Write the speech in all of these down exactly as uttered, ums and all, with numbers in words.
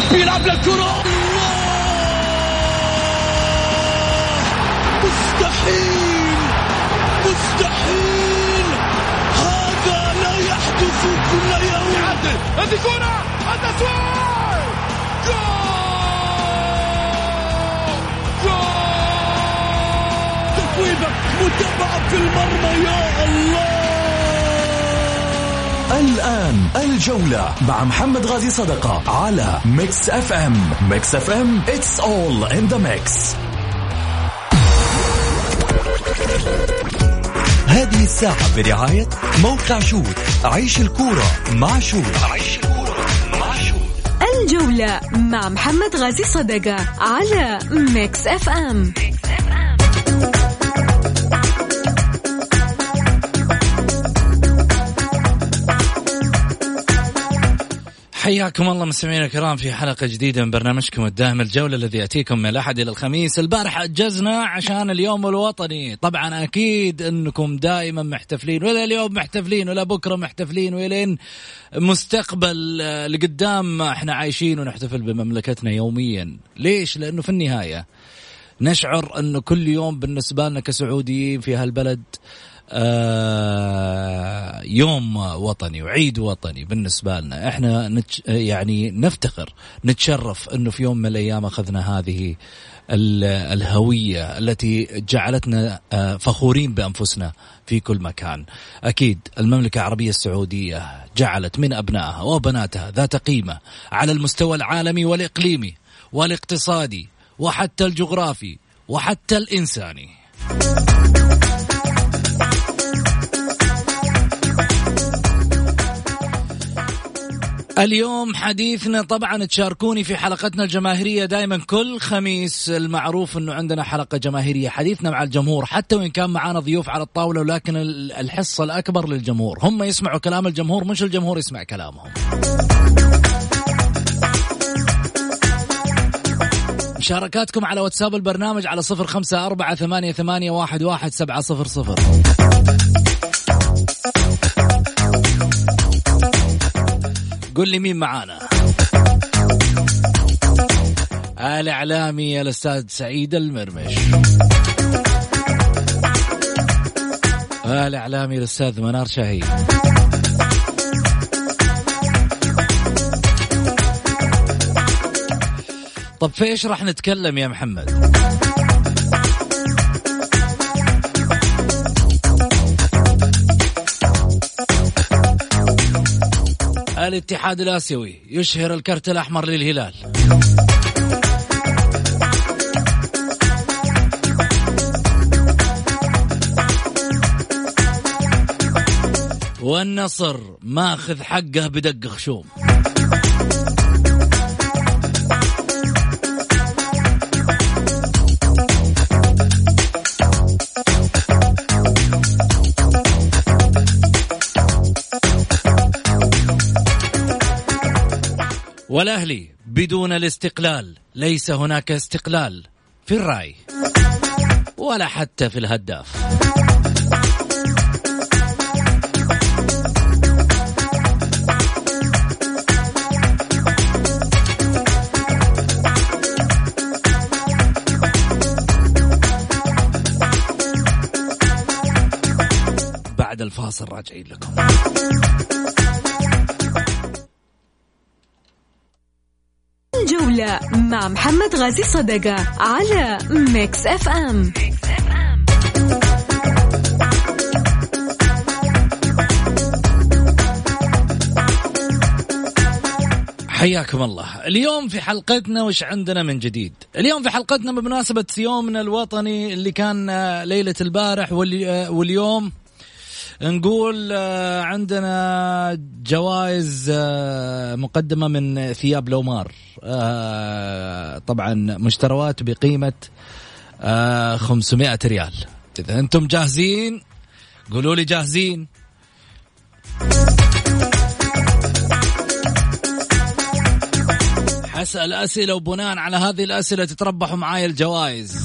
بيلعب للكرة، مستحيل مستحيل، هذا لا يحدث كل يوم. يعدل هذه كرة، التسويق، جول جول، تسويبة متابعة في المرمى، يا الله. الآن الجولة مع محمد غازي صدقة على ميكس اف ام. ميكس اف ام it's all in the mix. هذه الساعة برعاية موقع شوت. عيش الكورة مع شوت. الجولة مع محمد غازي صدقة على ميكس اف ام. حياكم الله مستمعينا الكرام في حلقة جديدة من برنامجكم الدائم الجولة الذي يأتيكم من الأحد إلى الخميس. البارحة أجزنا عشان اليوم الوطني، طبعا أكيد أنكم دائما محتفلين، ولا اليوم محتفلين ولا بكرة محتفلين ويلين مستقبل لقدام احنا عايشين ونحتفل بمملكتنا يوميا. ليش؟ لأنه في النهاية نشعر أنه كل يوم بالنسبة لنا كسعوديين في هالبلد آه يوم وطني وعيد وطني بالنسبة لنا. احنا نتش يعني نفتخر نتشرف انه في يوم من الايام اخذنا هذه الهوية التي جعلتنا آه فخورين بانفسنا في كل مكان. اكيد المملكة العربية السعودية جعلت من ابنائها وبناتها ذات قيمة على المستوى العالمي والاقليمي والاقتصادي وحتى الجغرافي وحتى الانساني. اليوم حديثنا طبعا تشاركوني في حلقتنا الجماهيرية دائما كل خميس. المعروف انه عندنا حلقة جماهيرية، حديثنا مع الجمهور، حتى وإن كان معانا ضيوف على الطاولة، ولكن الحصة الأكبر للجمهور. هم يسمعوا كلام الجمهور مش الجمهور يسمع كلامهم. مشاركاتكم على واتساب البرنامج على صفر خمسة أربعة ثمانية ثمانية واحد واحد سبعة صفر صفر. قل لي مين معانا. الإعلامي الأستاذ سعيد المرمش، الإعلامي الأستاذ منار شاهين، طب في إيش راح نتكلم يا محمد؟ الاتحاد الآسيوي يشهر الكرت الأحمر للهلال. والنصر ماخذ حقه بدق خشوم. والأهلي بدون الاستقلال ليس هناك استقلال في الرأي ولا حتى في الهداف. بعد الفاصل راجعين لكم. الجولة مع محمد غازي صدقة على ميكس اف ام. حياكم الله. اليوم في حلقتنا وش عندنا من جديد؟ اليوم في حلقتنا بمناسبة يومنا الوطني اللي كان ليلة البارح واليوم نقول عندنا جوائز مقدمة من ثياب لومار، طبعا مشتروات بقيمة خمسمائة ريال. إذا أنتم جاهزين قولوا لي جاهزين. حسأل أسئلة وبناء على هذه الأسئلة تتربحوا معايا الجوائز.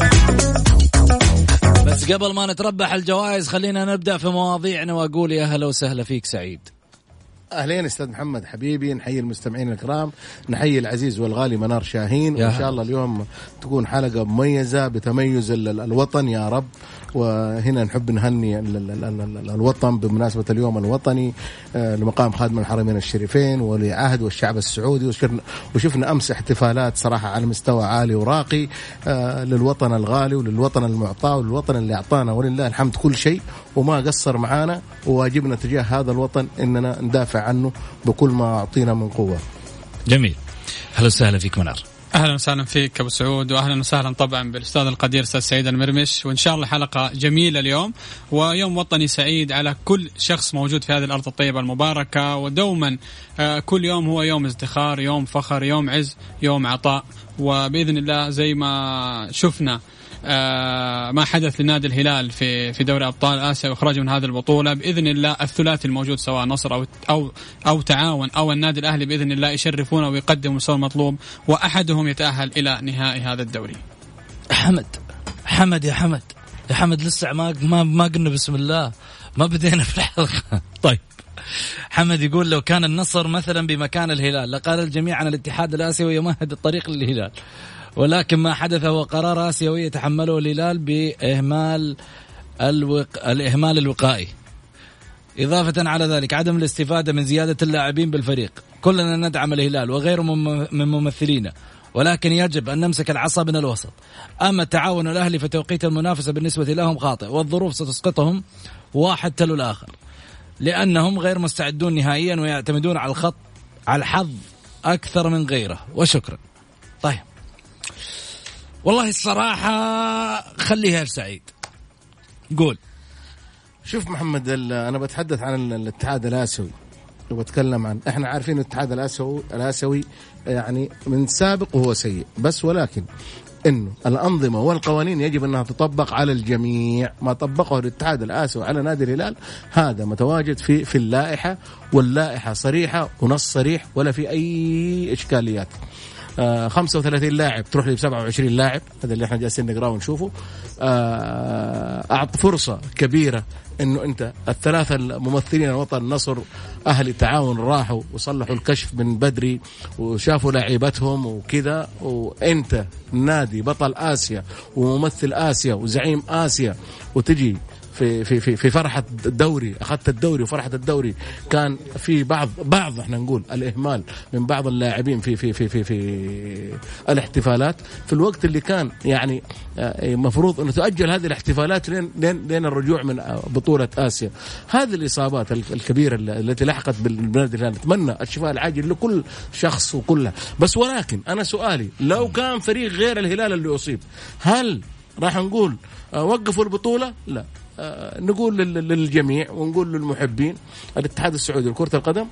بس قبل ما نتربح الجوائز خلينا نبدأ في مواضيعنا وأقول يا هلا وسهلا فيك سعيد. أهلين أستاذ محمد حبيبي، نحيي المستمعين الكرام، نحيي العزيز والغالي منار شاهين، وإن شاء الله اليوم تكون حلقة مميزة بتميز الوطن يا رب. وهنا نحب نهني الوطن بمناسبة اليوم الوطني لمقام خادم الحرمين الشريفين ولي عهد والشعب السعودي، وشفنا أمس احتفالات صراحة على مستوى عالي وراقي للوطن الغالي وللوطن المعطى وللوطن اللي أعطانا ولله الحمد كل شيء وما قصر معانا، وواجبنا تجاه هذا الوطن إننا ندافع عنه بكل ما أعطينا من قوة. جميل. أهلا وسهلا فيك منار. أهلا وسهلا فيك أبو سعود، وأهلا وسهلا طبعا بالأستاذ القدير أستاذ سعيد المرمش، وإن شاء الله حلقة جميلة اليوم ويوم وطني سعيد على كل شخص موجود في هذه الأرض الطيبة المباركة، ودوما كل يوم هو يوم ازدخار، يوم فخر، يوم عز، يوم عطاء. وبإذن الله زي ما شفنا آه ما حدث لنادي الهلال في في دوري أبطال آسيا وإخراجه من هذه البطولة، بإذن الله الثلاثي الموجود سواء نصر أو أو أو تعاون أو النادي الأهلي بإذن الله يشرفونه ويقدموا المستوى المطلوب، وأحدهم يتأهل إلى نهائي هذا الدوري. حمد حمد يا حمد يا حمد لسه ما ما ما قلنا بسم الله، ما بدينا في الحلقة. طيب حمد يقول لو كان النصر مثلا بمكان الهلال لقال الجميع عن الاتحاد الآسيوي يمهد الطريق للهلال، ولكن ما حدث هو قرار آسيوي يتحمله الهلال بإهمال الوق... الإهمال الوقائي. إضافة على ذلك عدم الاستفادة من زيادة اللاعبين بالفريق. كلنا ندعم الهلال وغيره من ممثلينا، ولكن يجب أن نمسك العصا من الوسط. أما التعاون الأهلي في توقيت المنافسة بالنسبة لهم خاطئ، والظروف ستسقطهم واحد تلو الآخر، لأنهم غير مستعدون نهائيا ويعتمدون على الخط على الحظ أكثر من غيره. وشكرا. طيب والله الصراحة خليها سعيد قول. شوف محمد، أنا بتحدث عن الاتحاد الآسيوي وبتكلم عن إحنا عارفين الاتحاد الآسيوي الآسيوي يعني من سابق وهو سيء، بس ولكن إنه الأنظمة والقوانين يجب أنها تطبق على الجميع. ما طبقه الاتحاد الآسيوي على نادي الهلال هذا متواجد في في اللائحة، واللائحة صريحة ونص صريح ولا في أي إشكاليات. آه خمسة وثلاثين لاعب تروح لي بسبعة وعشرين لاعب، هذا اللي احنا جالسين نقراه ونشوفه. آه أعط فرصة كبيرة إنه أنت الثلاثة الممثلين الوطن نصر أهل التعاون راحوا وصلحوا الكشف من بدري وشافوا لاعيبتهم وكذا، وأنت نادي بطل آسيا وممثل آسيا وزعيم آسيا وتجي في في في في فرحة الدوري، أخذت الدوري وفرحة الدوري كان في بعض بعض احنا نقول الإهمال من بعض اللاعبين في في في في في الاحتفالات في الوقت اللي كان يعني مفروض إنه تؤجل هذه الاحتفالات لين لين لين الرجوع من بطولة آسيا. هذه الإصابات الكبيرة التي لحقت بالبلاد الهلال نتمنى الشفاء العاجل لكل شخص وكلها، بس ولكن أنا سؤالي لو كان فريق غير الهلال اللي أصيب هل راح نقول وقفوا البطولة؟ لا، نقول للجميع ونقول للمحبين الاتحاد السعودي لكرة القدم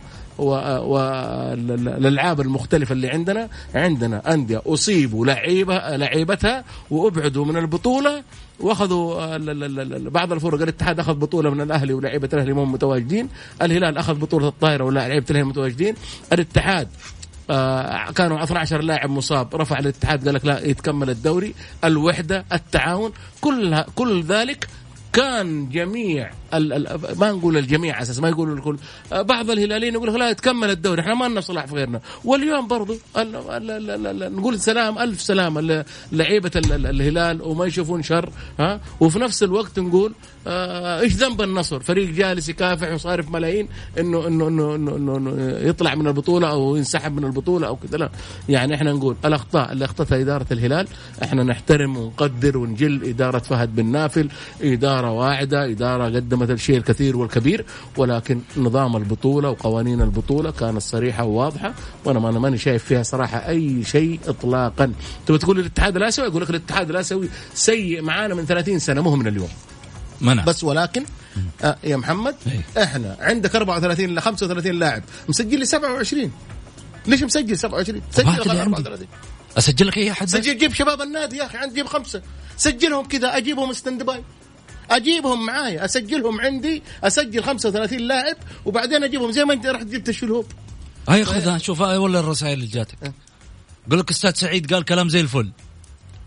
والألعاب المختلفة اللي عندنا عندنا أندية أصيبوا لعيبة لعيبتها وأبعدوا من البطولة واخذوا بعض الفرق. الاتحاد أخذ بطولة من الأهلي ولعيبة الأهلي هم متواجدين، الهلال أخذ بطولة الطائرة ولعيبة الأهلي متواجدين، الاتحاد آه كانوا اثنا عشر لاعب مصاب رفع الاتحاد قال لك لا يتكمل الدوري. الوحدة التعاون كلها كل ذلك كان جميع ما نقول الجميع أساس ما يقولوا الكل، بعض الهلاليين يقولوا لا يتكمل الدوري احنا ما لنا صلاح في غيرنا. واليوم برضو نقول سلام ألف سلام لعيبة الهلال وما يشوفون شر ها، وفي نفس الوقت نقول اه ايش ذنب النصر فريق جالس يكافح وصارف ملايين انه انه انه, إنه, إنه, إنه يطلع من البطولة او ينسحب من البطولة او كذا. لا يعني احنا نقول الاخطاء اللي اخطتها إدارة الهلال احنا نحترم ونقدر ونجل إدارة فهد بن نافل، إدارة واعدة، إدارة قدمت الشيء الكثير والكبير، ولكن نظام البطولة وقوانين البطولة كانت صريحة وواضحة، وأنا ما أنا ماني شايف فيها صراحة أي شيء إطلاقا. تبغى تقول الاتحاد الآسيوي يقول لك الاتحاد الآسيوي سيء معانا من ثلاثين سنة مو من اليوم منع. بس ولكن آه يا محمد إحنا عندك أربعة وثلاثين إلى خمسة وثلاثين لاعب مسجل لي سبعة وعشرين، ليش مسجل سبعة وعشرين؟ سجل أربعة وثلاثين. أسجل لك أي حد؟ سجل جيب شباب النادي يا أخي، عندي جيب خمسة سجلهم كذا، أجيبهم استند باي أجيبهم معايا أسجلهم عندي، أسجل خمسة وثلاثين لاعب وبعدين أجيبهم زي ما أنت رحت جبت الشلهوب. هاي خذها شوف ولا الرسائل اللي جاتك. قل لك أستاذ سعيد قال كلام زي الفل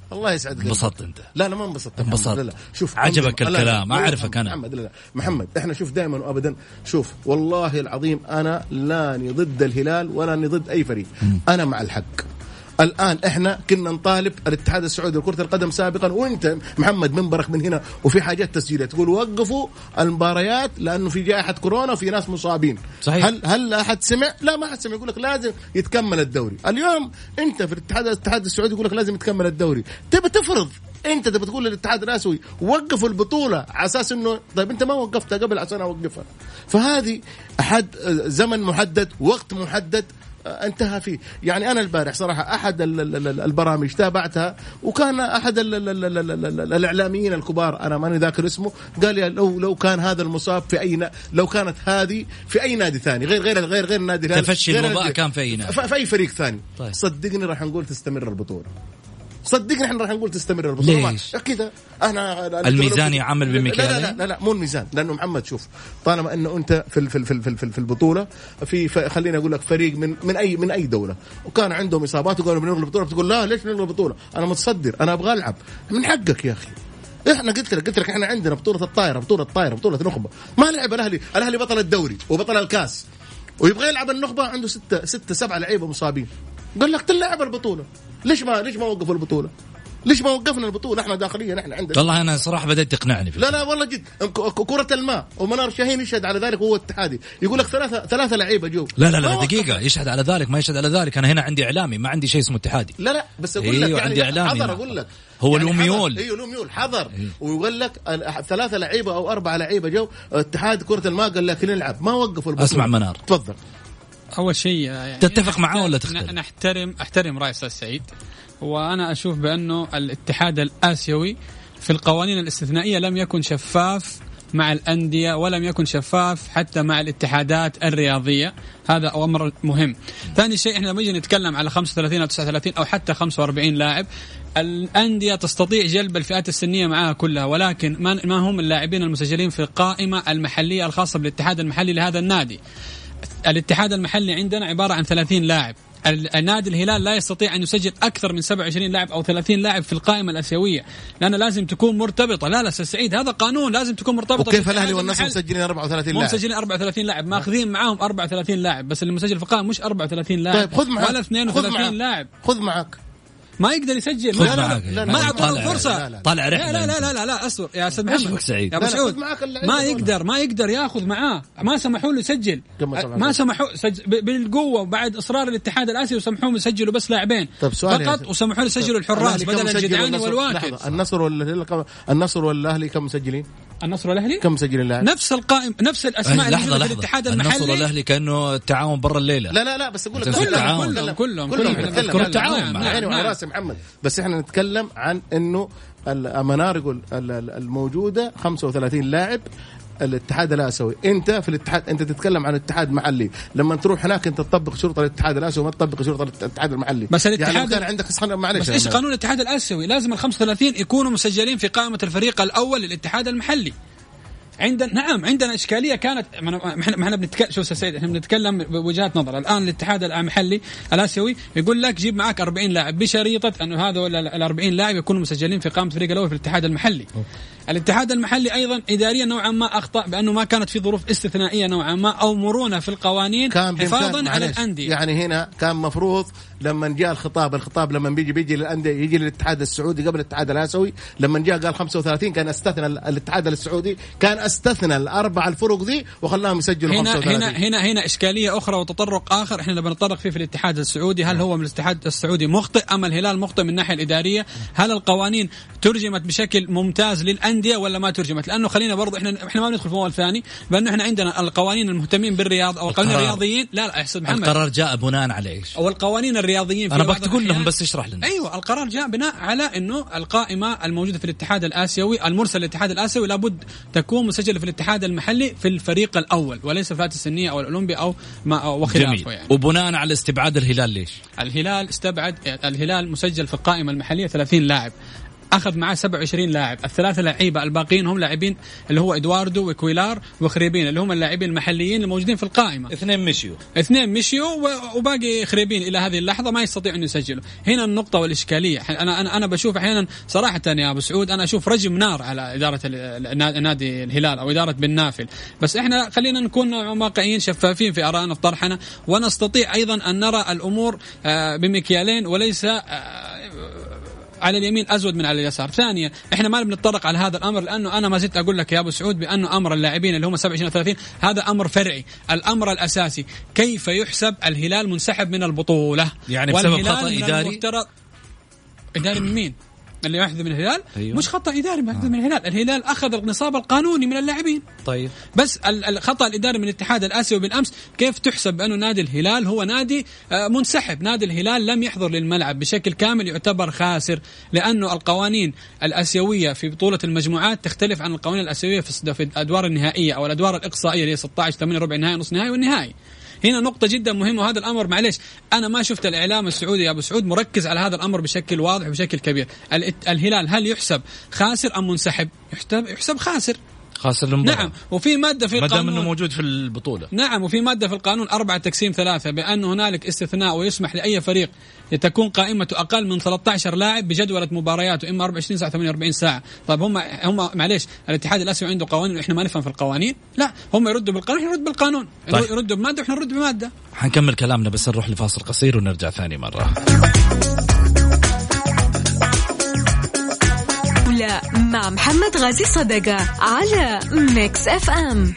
الله يسعدك. انبسطت انت؟ لا لا ما انبسطت. انبسطت. لا لا شوف عجبك لا الكلام. لا لا اعرفك انا محمد. لا لا محمد احنا شوف دائما وابدا شوف والله العظيم انا لاني ضد الهلال ولا اني ضد اي فريق. م. انا مع الحق. الآن إحنا كنا نطالب الاتحاد السعودي لكرة القدم سابقا، وأنت محمد منبرك من هنا وفي حاجات تسجيلات تقول وقفوا المباريات لأنه في جائحة كورونا وفي ناس مصابين. صحيح. هل هل أحد سمع؟ لا ما أحد سمع. يقول لك لازم يتكمل الدوري. اليوم أنت في الاتحاد الاتحاد السعودي يقول لك لازم يتكمل الدوري، تبي تفرض أنت تبي تقول للاتحاد الآسيوي وقفوا البطولة على أساس إنه طيب أنت ما وقفتها قبل عشان أوقفها. فهذه أحد زمن محدد وقت محدد انتهى فيه. يعني أنا البارح صراحة أحد البرامج تابعتها وكان أحد الإعلاميين الكبار أنا ماني ذاكر اسمه قال لي لو لو كان هذا المصاب في أي لو كانت هذه في أي نادي ثاني غير غير غير غير النادي تفشي الوباء كان في أي نادي في أي فريق ثاني. طيب. صدقني راح نقول تستمر البطولة. صدقني احنا راح نقول تستمر البطوله. ليش كذا انا الميزان يعمل بمكيالين؟ لا, لا لا لا مو الميزان، لانه محمد شوف طالما انه انت في في في في, في البطوله في خليني اقول لك فريق من من اي من اي دوله وكان عندهم اصابات وقالوا بنلغي البطوله، بتقول لا ليش نلغي البطوله؟ انا متصدر انا ابغى العب. من حقك يا اخي. احنا قلت لك قلت لك احنا عندنا بطوله الطائره بطوله الطائره بطوله نخبه ما لعب الاهلي. الاهلي بطل الدوري وبطل الكاس ويبغى يلعب النخبه عنده ستة ستة سبعة لعيبه مصابين. قال لك تلعب البطوله. ليش ما ليش ما وقفوا البطوله؟ ليش ما وقفنا البطولة؟ احنا داخليا احنا عندنا. والله انا صراحة بدأت تقنعني لا لا والله جد. كرة الماء ومنار شاهين يشهد على ذلك وهو اتحادي يقول لك ثلاثة ثلاثة لعيبة جو. لا لا لا دقيقة يشهد على ذلك ما يشهد على ذلك. أنا هنا عندي إعلامي ما عندي شيء اسمه اتحادي. لا لا بس أقول لك يعني يعني حضر أقول لك هو يعني لوميول. ايوه لوميول حضر إيه؟ ويقول لك ثلاثة لعيبة أو أربعة لعيبة جو اتحاد كرة الماء قال لك نلعب ما وقفوا البطولة. أسمع منار تفضل. أول شيء يعني تتفق معه ولا تختلف؟ أنا أحترم أحترم رأي أستاذ سعيد، وأنا أشوف بأنه الاتحاد الآسيوي في القوانين الاستثنائية لم يكن شفاف مع الأندية ولم يكن شفاف حتى مع الاتحادات الرياضية. هذا أمر مهم. ثاني شيء إحنا لما نيجي نتكلم على خمسة وثلاثين أو تسعة وثلاثين أو حتى خمسة وأربعين لاعب، الأندية تستطيع جلب الفئات السنية معها كلها، ولكن ما هم اللاعبين المسجلين في القائمة المحلية الخاصة بالاتحاد المحلي لهذا النادي. الاتحاد المحلي عندنا عبارة عن ثلاثين لاعب. النادي الهلال لا يستطيع أن يسجل أكثر من سبعة وعشرين لاعب أو ثلاثين لاعب في القائمة الآسيوية، لأن لازم تكون مرتبطة. لا لا سعيد هذا قانون لازم تكون مرتبطة. وكيف الأهلي والنصر مسجلين أربعة وثلاثين لاعب؟ مسجلين أربعة وثلاثين لاعب ماخذين معاهم أربعة وثلاثين لاعب، بس اللي مسجل في القائمة مش أربعة وثلاثين لاعب. طيب خذ معك ولا اثنين وثلاثين لاعب. خذ معك ما يقدر يسجل. لا لا لا ما أعطوه فرصة. طالع رحلة. لا لا لا لا لا أصبر يا أستاذ محمد سعيد. يا أبو سعود ما يقدر ما يقدر يأخذ معاه. ما سمحوا له يسجل. ما سمحوا سج... بالقوة وبعد إصرار الاتحاد الآسيوي وسمحوهم يسجلوا بس لاعبين فقط وسمحوا له يسجلوا الحراس بدل الجدعاني والواكد. النصر ولا النصر والأهلي كم مسجلين؟ النصر والأهلي كم مسجلين لاعب؟ نفس القائم نفس الأسماء اللي في الاتحاد المحلي. النصر والأهلي كأنه التعاون برا الليلة. لا لا لا بس أقول لك كلهم كلهم كلهم نتكلم التعاون يعني وعلى راس محمد، بس احنا نتكلم عن انه المنار يقول الموجودة خمسة وثلاثين لاعب الاتحاد الآسيوي. انت في الاتحاد انت تتكلم عن اتحاد محلي، لما تروح هناك انت تطبق شروط الاتحاد الآسيوي وما تطبق شروط الاتحاد المحلي. بس الاتحاد يعني كان عندك معلش بس ايش قانون الاتحاد الآسيوي؟ لازم ال خمسة وثلاثين يكونوا مسجلين في قائمة الفريق الأول للاتحاد المحلي. عندنا نعم عندنا إشكالية كانت ما احنا بنتكلم شوف سيد احنا بنتكلم بوجهات نظر. الآن الاتحاد المحلي الآسيوي يقول لك جيب معك أربعين لاعب بشريطة أنه هذا ال أربعين لاعب يكونوا مسجلين في قائمة الفريق الأول في الاتحاد المحلي. الاتحاد المحلي أيضا إداريا نوعا ما أخطأ بأنه ما كانت في ظروف استثنائية نوعا ما أو مرونة في القوانين حفاظا على الأندية. يعني هنا كان مفروض لما جاء الخطاب الخطاب لما بيجي بيجي للأندية يجي للاتحاد السعودي قبل الاتحاد الآسيوي. لما جاء قال خمسة وثلاثين كان استثنى الاتحاد السعودي كان استثنى الأربع الفرق ذي وخلاهم يسجلوا هنا خمسة وثلاثين. هنا هنا هنا إشكالية أخرى وتطرق آخر إحنا بنتطرق فيه في الاتحاد السعودي. هل هو من الاتحاد السعودي مخطئ أم الهلال مخطئ من الناحية الإدارية؟ هل القوانين ترجمت بشكل ممتاز للأندية ولا ما ترجمت؟ لأنه خلينا برضو إحنا إحنا ما بندخل في موال ثاني بأنه إحنا عندنا القوانين المهتمين بالرياض أو القوانين الرياضيين. لا لا أحسن محمد القرار جاء بناء على إيش؟ أو القوانين الرياضيين أنا بقى تقول لهم بس اشرح لنا. أيوة القرار جاء بناء على إنه القائمة الموجودة في الاتحاد الآسيوي المرسل للاتحاد الآسيوي لابد تكون مسجلة في الاتحاد المحلي في الفريق الأول وليس فئات السنية أو الأولمبي أو ما وخلافه يعني. وبناء على استبعاد الهلال ليش؟ الهلال استبعد الهلال مسجل في القائمة المحلية ثلاثين لاعب. أخذ معاه سبعة وعشرين لاعب، الثلاثة لعيبة الباقيين هم لاعبين اللي هو إدواردو وكويلار وخريبين اللي هم اللاعبين المحليين الموجودين في القائمة. اثنين مشيوا اثنين مشيوا وباقي خريبين إلى هذه اللحظة ما يستطيعوا أن يسجلوا. هنا النقطة والإشكالية. أنا أنا أنا بشوف أحيانا صراحة يا أبو سعود أنا أشوف رجم نار على إدارة نادي الهلال أو إدارة بن نافل، بس إحنا خلينا نكون واقعيين شفافين في آرائنا في طرحنا، ونستطيع أيضا أن نرى الأمور بمكيالين وليس على اليمين أزود من على اليسار. ثانيا إحنا ما بنتطرق على هذا الأمر لأنه أنا ما زلت أقول لك يا أبو سعود بأنه أمر اللاعبين اللي هم سبعة وعشرين وثلاثين هذا أمر فرعي. الأمر الأساسي كيف يحسب الهلال منسحب من البطولة، يعني بسبب خطأ إداري. إداري من مين؟ اللي يحذف من الهلال. أيوه. مش خطأ إداري يحذف آه. من الهلال. الهلال أخذ النصاب القانوني من اللاعبين. طيب بس الخطأ الإداري من الاتحاد الآسيوي بالأمس كيف تحسب بأنه نادي الهلال هو نادي منسحب؟ نادي الهلال لم يحضر للملعب بشكل كامل، يعتبر خاسر لأنه القوانين الآسيوية في بطولة المجموعات تختلف عن القوانين الآسيوية في الأدوار النهائية أو الأدوار الإقصائية اللي هي ستة عشر ثمانية ربع نهائي نص نهائي والنهائي. هنا نقطة جدا مهمة، وهذا الأمر معليش أنا ما شفت الإعلام السعودي يا أبو سعود مركز على هذا الأمر بشكل واضح وبشكل كبير. الهلال هل يحسب خاسر أم منسحب؟ يحسب يحسب خاسر. خاسر المباراة. نعم، وفي مادة في القانون انه موجود في البطولة. نعم، وفي مادة في القانون أربعة تقسيم ثلاثة بأن هنالك استثناء ويسمح لأي فريق تكون قائمته أقل من ثلاثة عشر لاعب بجدولة مبارياته إما أربعة وعشرين ساعة ثمانية وأربعين ساعة. طيب هم هم معليش الاتحاد الآسيوي عنده قوانين وإحنا ما نفهم في القوانين؟ لا، هم يردوا بالقانون إحنا نرد بالقانون. طيب. يردوا بمادة وإحنا نرد بمادة. حنكمل كلامنا بس نروح لفاصل قصير ونرجع ثاني مرة. لا مع محمد غازي صدقة على ميكس اف ام.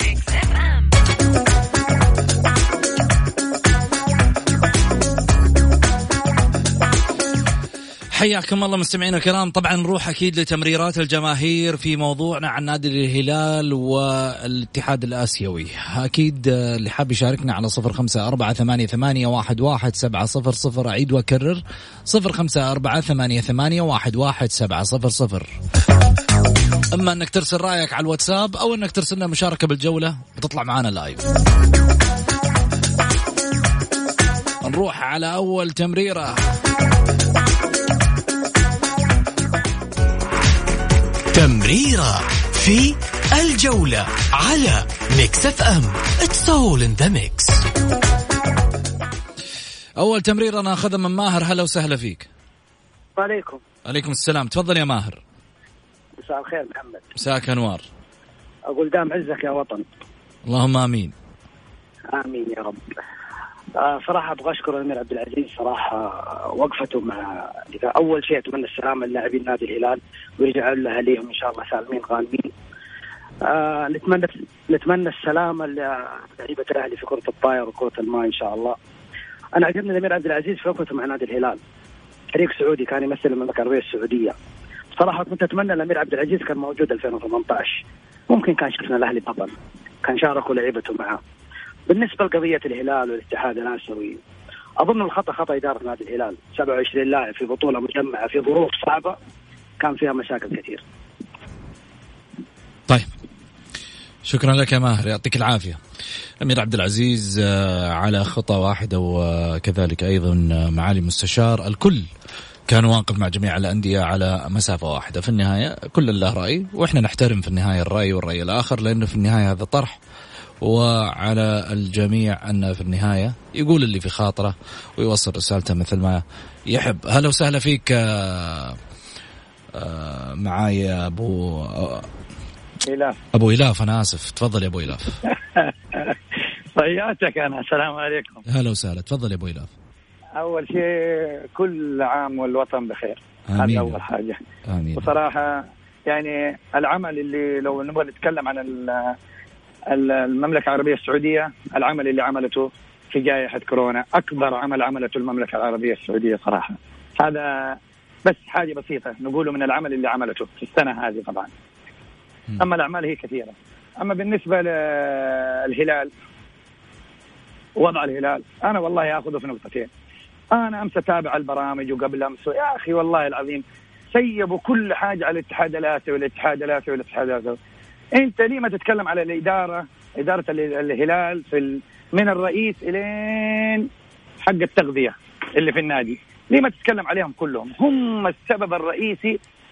حياكم الله مستمعينا الكرام. طبعا نروح أكيد لتمريرات الجماهير في موضوعنا عن نادي الهلال والاتحاد الآسيوي. أكيد اللي حاب يشاركنا على صفر خمسة أربعة ثمانية ثمانية واحد واحد سبعة صفر صفر. أعيد وأكرر صفر خمسة أربعة ثمانية ثمانية واحد واحد سبعة صفر صفر. أما أنك ترسل رأيك على الواتساب أو أنك ترسلنا مشاركة بالجولة وتطلع معنا لايف. نروح على أول تمريرة. تمريرة في الجولة على ميكس اف ام. It's all in the mix. أول تمريرة ناخذها من ماهر. هلا وسهلا فيك. عليكم. عليكم السلام. تفضل يا ماهر. مساء الخير محمد. مساك أنوار. أقول دام عزك يا وطن. اللهم آمين. آمين يا رب. آه صراحة أبغى أشكر الأمير عبد العزيز صراحة وقفته مع أول شيء أتمنى السلامة للاعبين نادي الهلال ويجعل لها ليهم إن شاء الله سالمين غانمين. آه نتمنى نتمنى السلامة للاعيبة الأهلي في كرة الطائرة وكرة الماء إن شاء الله. أنا عجبني الأمير عبد العزيز في وقفته مع نادي الهلال، فريق سعودي كان يمثل المملكة العربية السعودية. صراحة كنت أتمنى الأمير عبد العزيز كان موجود ألفين وثمانية عشر، ممكن كان شفنا الأهلي بطل، كان شاركوا لعيبته معه. بالنسبة لقضية الهلال والاتحاد الآسيوي أظن الخطأ خطأ إدارة نادي الهلال. سبعة وعشرين لاعب في بطولة مجمعة في ظروف صعبة كان فيها مشاكل كثير. طيب شكرا لك يا ماهر، يعطيك العافية. أمير عبد العزيز على خطة واحدة وكذلك أيضا معالي مستشار الكل كانوا واقف مع جميع الأندية على مسافة واحدة. في النهاية كل له رأي وإحنا نحترم في النهاية الرأي والرأي الآخر، لأنه في النهاية هذا طرح وعلى الجميع أن في النهاية يقول اللي في خاطره ويوصل رسالته مثل ما يحب. هلا وسهلا فيك معاي أبو إلاف. أبو إلاف أنا آسف. تفضل يا أبو إلاف. طياتك أنا. السلام عليكم. هلا وسهلا. تفضل يا أبو إلاف. أول شيء كل عام والوطن بخير. هذا أول حاجة. آمين. وصراحة يعني العمل اللي لو نبغى نتكلم عن المملكة العربية السعودية، العمل اللي عملته في جائحة كورونا أكبر عمل عملته المملكة العربية السعودية صراحة. هذا بس حاجة بسيطة نقوله من العمل اللي عملته في السنة هذه طبعا. أما الأعمال هي كثيرة. أما بالنسبة للهلال وضع الهلال أنا والله أخذه في نقطتين. أنا أمس أتابع البرامج وقبل أمس يا أخي والله العظيم سيبوا كل حاجة على الاتحاد الآسيوي والاتحاد الآسيوي والاتحاد الآسيوي. أنت ليه ما تتكلم على الإدارة، إدارة الهلال في من الرئيس إلين حق التغذية اللي في النادي؟ ليه ما تتكلم عليهم كلهم؟ هم السبب الرئيسي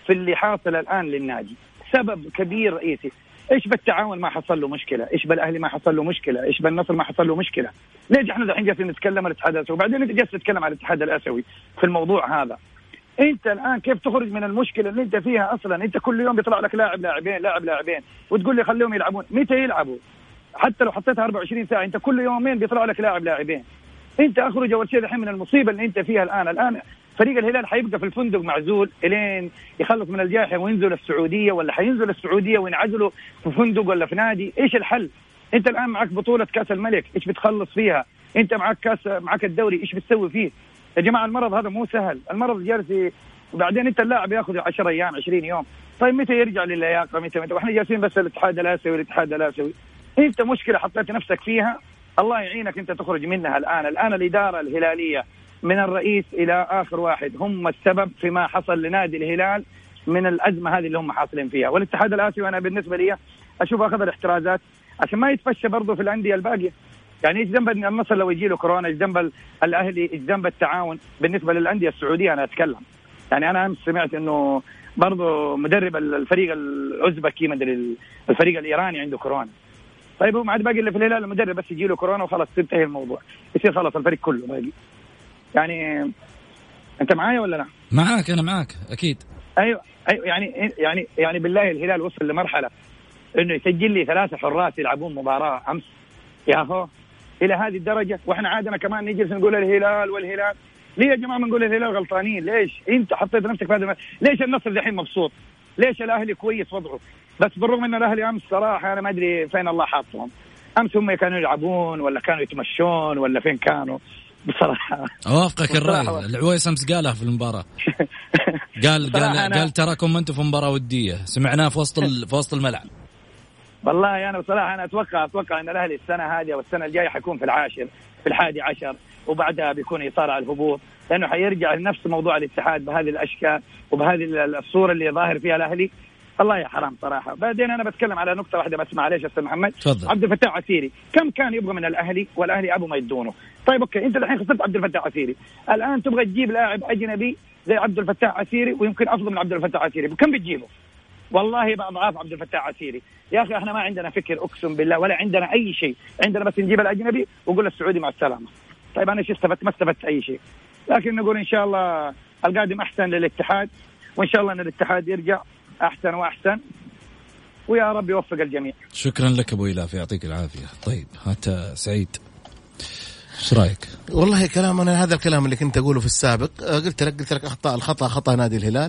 في اللي حاصل الآن للنادي. سبب كبير رئيسي، إيش بالتعاون ما حصل له مشكلة، إيش بالأهلي ما حصل له مشكلة، إيش بالنصر ما حصل له مشكلة. ليش إحنا الحين جالسين نتكلم عن الاتحاد الآسيوي وبعدين أنت جالس تتكلم عن الاتحاد الآسيوي في الموضوع هذا؟ أنت الآن كيف تخرج من المشكلة اللي أنت فيها أصلا؟ أنت كل يوم بيطلع لك لاعب لاعبين لاعب لاعبين وتقول لي خليهم يلعبون. متى يلعبوا؟ حتى لو حطيتها أربعة وعشرين ساعة أنت كل يومين بيطلع لك لاعب لاعبين. أنت أخرج أول شيء الحين من المصيبة اللي أنت فيها الآن. الآن فريق الهلال حيبقى في الفندق معزول إلين يخلص من الجائحة وينزل السعودية، ولا حينزل السعودية وينعزلوا في فندق ولا في نادي؟ إيش الحل؟ أنت الآن معك بطولة كأس الملك، إيش بتخلص فيها؟ أنت معك كأس، معك الدوري، إيش بتسوي فيه؟ يا جماعة المرض هذا مو سهل، المرض جالس. وبعدين أنت اللاعب يأخذ عشرة أيام عشرين يوم، طيب متى يرجع للياقة؟ متى متى وإحنا جالسين بس الاتحاد الآسيوي الاتحاد الآسيوي. أنت مشكلة حطيت نفسك فيها، الله يعينك أنت تخرج منها الآن. الآن الإدارة الهلالية من الرئيس إلى آخر واحد هم السبب فيما حصل لنادي الهلال من الأزمة هذه اللي هم حاصلين فيها. والاتحاد الآسيوي أنا بالنسبة لي أشوف أخذ الاحترازات عشان ما يتفشى برضه في الأندية الباقية. يعني إيش ذنب النصر لو يجي له كورونا؟ إيش ذنب الأهلي؟ إيش ذنب التعاون بالنسبة للأندية السعودية؟ أنا أتكلم يعني أنا أمس سمعت إنه برضه مدرب الفريق الأوزبكي مدري الفريق الإيراني عنده كورونا. طيب هو ما عاد باقي اللي في الهلال المدرب بس يجي له كورونا وخلاص تنتهي الموضوع، يصير خلاص الفريق كله باقي. يعني أنت معايا ولا لا؟ معاك، أنا معاك أكيد. أيوة أيوة يعني يعني يعني بالله الهلال وصل لمرحلة إنه يسجل لي ثلاثة حراس يلعبون مباراة أمس يا أخو إلى هذه الدرجة، وإحنا عادنا كمان نجلس نقول الهلال والهلال. ليه يا جماعة ما نقول الهلال غلطانين؟ ليش أنت حطيت نفسك في هذا؟ ليش النصر دحين مبسوط؟ ليش الأهلي كويس وضعه؟ بس بالرغم أن الأهلي أمس صراحة أنا ما أدري فين الله حاطهم. أمس هم كانوا يلعبون ولا كانوا يتمشون ولا فين كانوا بصراحة. أوافقك الرأي. العويس أمس قالها في المباراة. قال قال قال تراكم أنتم في مباراة ودية، سمعناه في وسط في وسط الملعب. والله أنا بصراحة أنا أتوقع أتوقع أن الأهلي السنة هذه والسنة الجاية حيكون في العاشر في الحادي عشر، وبعدها بيكون يصارع الهبوط، لأنه حيرجع لنفس موضوع الاتحاد بهذه الأشكال وبهذه الصورة اللي ظاهر فيها الأهلي. الله يا حرام صراحة. بعدين أنا بتكلم على نقطة واحدة بس، معليش أستاذ محمد. فضل. عبد الفتاح عسيري كم كان يبغى من الأهلي والأهلي أبو ما يدونه؟ طيب أوكي أنت الحين خسرت عبد الفتاح عسيري، الآن تبغى تجيب لاعب أجنبي زي عبد الفتاح عسيري ويمكن أفضل من عبد الفتاح عسيري، كم بتجيبه؟ والله بأضعاف عبد الفتاح عسيري. يا أخي إحنا ما عندنا فكر أقسم بالله ولا عندنا أي شيء، عندنا بس نجيب الأجنبي وقول السعودي مع السلامة. طيب أنا شو استفدت؟ ما استفدت أي شيء. لكن نقول إن شاء الله القادم أحسن للاتحاد، وإن شاء الله أن الاتحاد يرجع أحسن وأحسن، ويا رب يوفق الجميع. شكرا لك أبو إلاف، يعطيك العافية. طيب هات سعيد، ايش رايك؟ والله كلام انا هذا الكلام اللي كنت اقوله في السابق، قلت لك قلت لك اخطاء الخطا خطا نادي الهلال،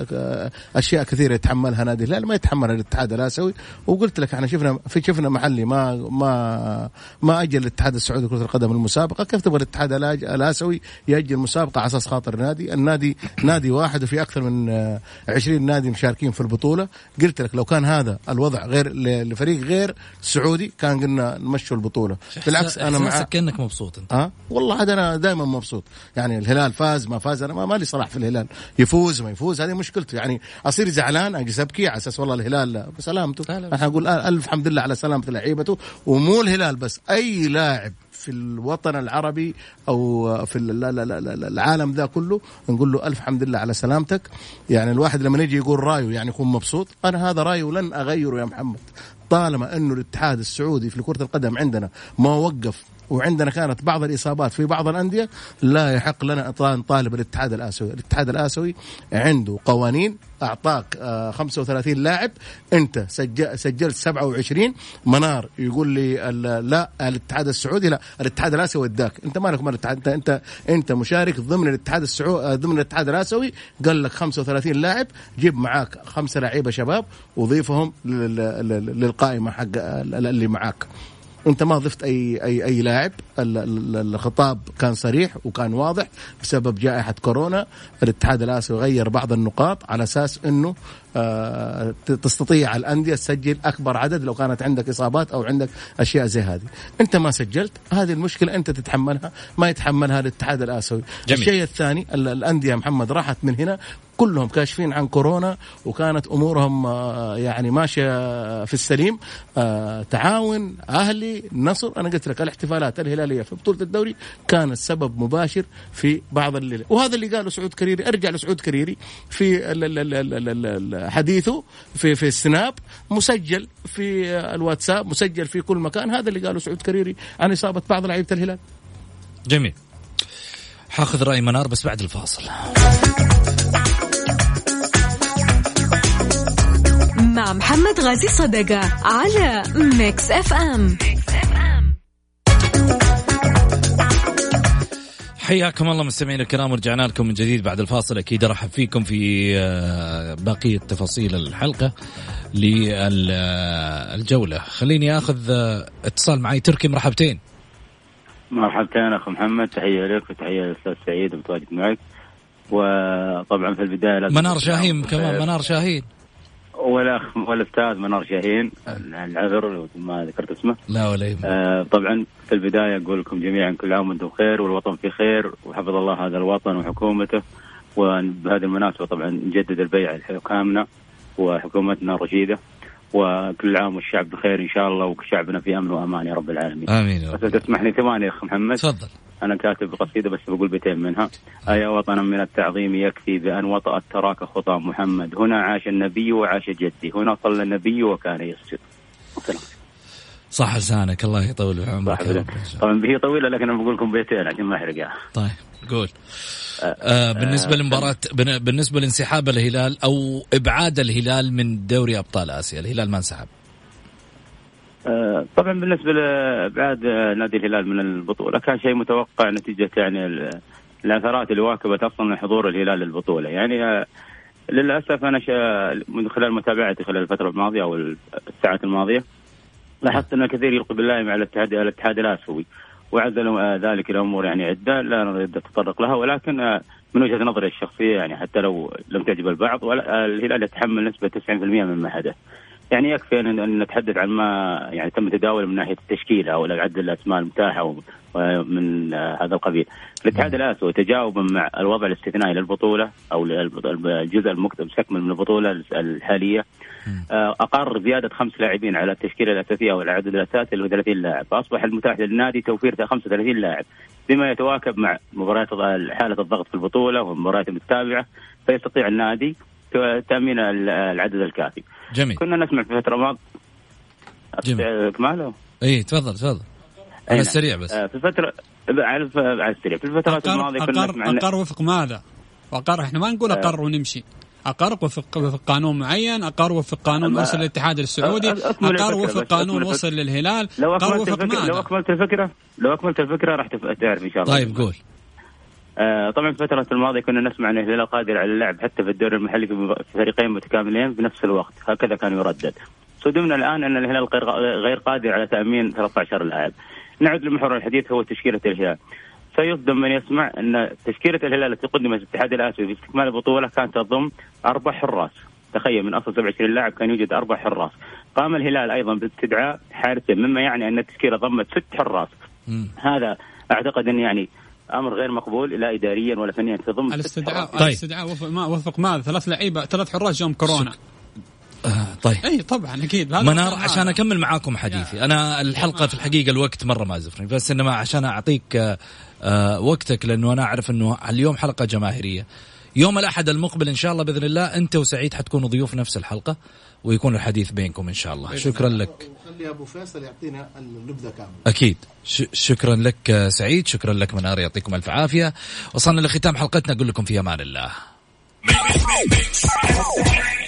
اشياء كثيره يتحملها نادي الهلال ما يتحملها الاتحاد الاسيوي. وقلت لك احنا شفنا في شفنا محلي ما ما ما اجل الاتحاد السعودي لكره القدم المسابقه، كيف تبغى الاتحاد الاسيوي ياجل المسابقه على اساس خاطر نادي؟ النادي نادي واحد وفي اكثر من عشرين نادي مشاركين في البطوله. قلت لك لو كان هذا الوضع غير لفريق غير سعودي كان قلنا نمشوا البطوله. بالعكس انا معك كأنك مبسوط انت. اه والله هذا انا دائما مبسوط، يعني الهلال فاز ما فاز انا ما لي صلاح في الهلال، يفوز ما يفوز هذه مشكلته، يعني اصير زعلان اجلس ابكي على اساس والله الهلال بسلامته. انا اقول الف حمد لله على سلامه لعيبته، ومو الهلال بس، اي لاعب في الوطن العربي او في العالم ذا كله نقول له الف حمد لله على سلامتك. يعني الواحد لما يجي يقول رايه يعني يكون مبسوط، انا هذا رايه ولن اغيره يا محمد، طالما انه الاتحاد السعودي في كرة القدم عندنا ما وقف، وعندنا كانت بعض الإصابات في بعض الأندية، لا يحق لنا أن نطالب الاتحاد الآسيوي. الاتحاد الآسيوي عنده قوانين، أعطاك خمسة وثلاثين لاعب، أنت سجل سجلت سبعة وعشرين، منار يقول لي لا الاتحاد السعودي لا الاتحاد الآسيوي اداك، أنت مالك من الاتحاد، أنت أنت أنت مشارك ضمن الاتحاد السعودي ضمن الاتحاد الآسيوي، قال لك خمسة وثلاثين لاعب، جيب معاك خمسة لاعيبة شباب وضيفهم للقائمة حق اللي معاك. انت ما ضفت اي اي اي لاعب. الخطاب كان صريح وكان واضح، بسبب جائحة كورونا الاتحاد الآسيوي غير بعض النقاط على اساس انه آه تستطيع الأندية تسجل اكبر عدد لو كانت عندك اصابات او عندك اشياء زي هذه. انت ما سجلت، هذه المشكلة انت تتحملها، ما يتحملها الاتحاد الآسيوي. الشيء الثاني الأندية محمد راحت من هنا كلهم كاشفين عن كورونا وكانت أمورهم يعني ماشية في السليم. تعاون أهلي النصر، أنا قلت لك الاحتفالات الهلالية في بطولة الدوري كانت سبب مباشر في بعض الليلة، وهذا اللي قاله سعود كريري. أرجع لسعود كريري في حديثه في في السناب، مسجل في الواتساب، مسجل في كل مكان، هذا اللي قاله سعود كريري عن إصابة بعض لعيبة الهلال. جميل. حاخذ رأي منار بس بعد الفاصل. مع محمد غازي صدقة على ميكس اف ام. حياكم الله مستمعينا الكرام، ورجعنا لكم من جديد بعد الفاصل. أكيد أرحب فيكم في بقية تفاصيل الحلقة للجولة. خليني أخذ اتصال معي. تركي، مرحبتين. مرحبتين أخو محمد، تحية لك وتحية للأستاذ سعيد المتواجد معك. وطبعا في البداية منار شاهين كمان، منار شاهين والأخ والأستاذ منار شاهين، العذر ما ذكرت اسمه. لا ولا يهمك. آه طبعا في البداية أقول لكم جميعا كل عام وأنتم بخير والوطن في خير، وحفظ الله هذا الوطن وحكومته. وبهذه المناسبة طبعا نجدد البيعة لحكامنا وحكومتنا الرشيدة، وكل عام والشعب بخير إن شاء الله، وشعبنا في أمن وأمان يا رب العالمين. آمين. بس تسمح لي ثواني يا أخ محمد. تفضل. أنا كاتب قصيدة بس بقول بيتين منها. أيا وطنا من التعظيم يكفي بأن وطأت تراك خطى محمد، هنا عاش النبي وعاش جدي، هنا صلى النبي وكان يسجد. صح لسانك، الله يطول عمرك. طبعا هي طويلة لكن أنا بقول لكم بيتين عشان ما أحرقها. طيب قول. آه بالنسبة لمباراة، بالنسبة لانسحاب الهلال أو إبعاد الهلال من دوري أبطال آسيا، الهلال ما انسحب. آه طبعا بالنسبة لإبعاد نادي الهلال من البطولة كان شيء متوقع نتيجة يعني الأثرات اللي واكبت أصلا حضور الهلال للبطولة. يعني آه للأسف أنا من خلال متابعتي خلال الفترة الماضية أو الساعات الماضية لاحظت أن الكثير يلقي باللائم على الاتحاد الاتحاد الآسيوي، وعزلوا ذلك الأمور يعني عدة لا نريد أتطرق لها، ولكن من وجهة نظري الشخصية يعني حتى لو لم تعجب البعض، الهلال يتحمل نسبة تسعين بالمئة مما حدث. يعني يكفي أن نتحدث عن ما يعني تم تداوله من ناحية التشكيل أو عدد الأسماء المتاحة ومن هذا القبيل. الاتحاد الآسيوي تجاوبا مع الوضع الاستثنائي للبطولة أو الجزء المستكمل من البطولة الحالية، أقر زيادة خمس لاعبين على التشكيلة الأساسية أو العدد الأساسي ل ثلاثين لاعب، فأصبح المتاح للنادي توفير خمسة وثلاثين لاعب بما يتواكب مع مباريات حالة الضغط في البطولة والمباريات المتابعة، فيستطيع النادي تأمين العدد الكافي. جميل. كنا نسمع في فترة ماضية كماله. إيه تفضل تفضل. على السريع بس. في فترة على على السريع في الفترات الماضية كنا نسمع أقر وفق ماذا؟ أقر إحنا ما نقول أقر ونمشي. أقر وفق وفق قانون معين، أقر وفق قانون وصل للاتحاد السعودي، أقر وفق قانون وصل للهلال. لو أكملت الفكرة لو أكملت الفكرة لو أكملت الفكرة راح تعرف إن شاء الله. طيب قول. آه طبعا في الفترة الماضية كنا نسمع أن الهلال قادر على اللعب حتى في الدوري المحلي في فريقين متكاملين بنفس الوقت، هكذا كان يردد. صدمنا الآن أن الهلال غير قادر على تأمين ثلاثة عشر لاعب. نعود لمحور الحديث هو تشكيلة الهلال. سيصدم من يسمع أن تشكيلة الهلال التي قدمت الاتحاد الآسيوي في استكمال البطولة كانت تضم أربع حراس. تخيل من أصل سبعة وعشرين لاعب كان يوجد أربع حراس. قام الهلال أيضا باستدعاء حارسين، مما يعني أن التشكيلة ضمت ست حراس. م. هذا أعتقد أن يعني أمر غير مقبول لا إداريا ولا فنيا تضم الاستدعاء. طيب. الاستدعاء وفق ما وفق ما ثلاث لعيبة ثلاث حراس جم كورونا. آه طيب. اي طبعا اكيد. منار عشان اكمل معاكم حديثي يا. انا الحلقه في الحقيقه الوقت مره ما زفني، بس انما عشان اعطيك آه آه وقتك، لانه انا اعرف انه اليوم حلقه جماهيريه. يوم الاحد المقبل ان شاء الله باذن الله انت وسعيد حتكونوا ضيوف نفس الحلقه ويكون الحديث بينكم ان شاء الله. شكرا لك. خلي ابو فيصل يعطينا النبذه كامله. اكيد. ش- شكرا لك سعيد، شكرا لك منار، يعطيكم الف عافيه. وصلنا لختام حلقتنا، اقول لكم في امان الله.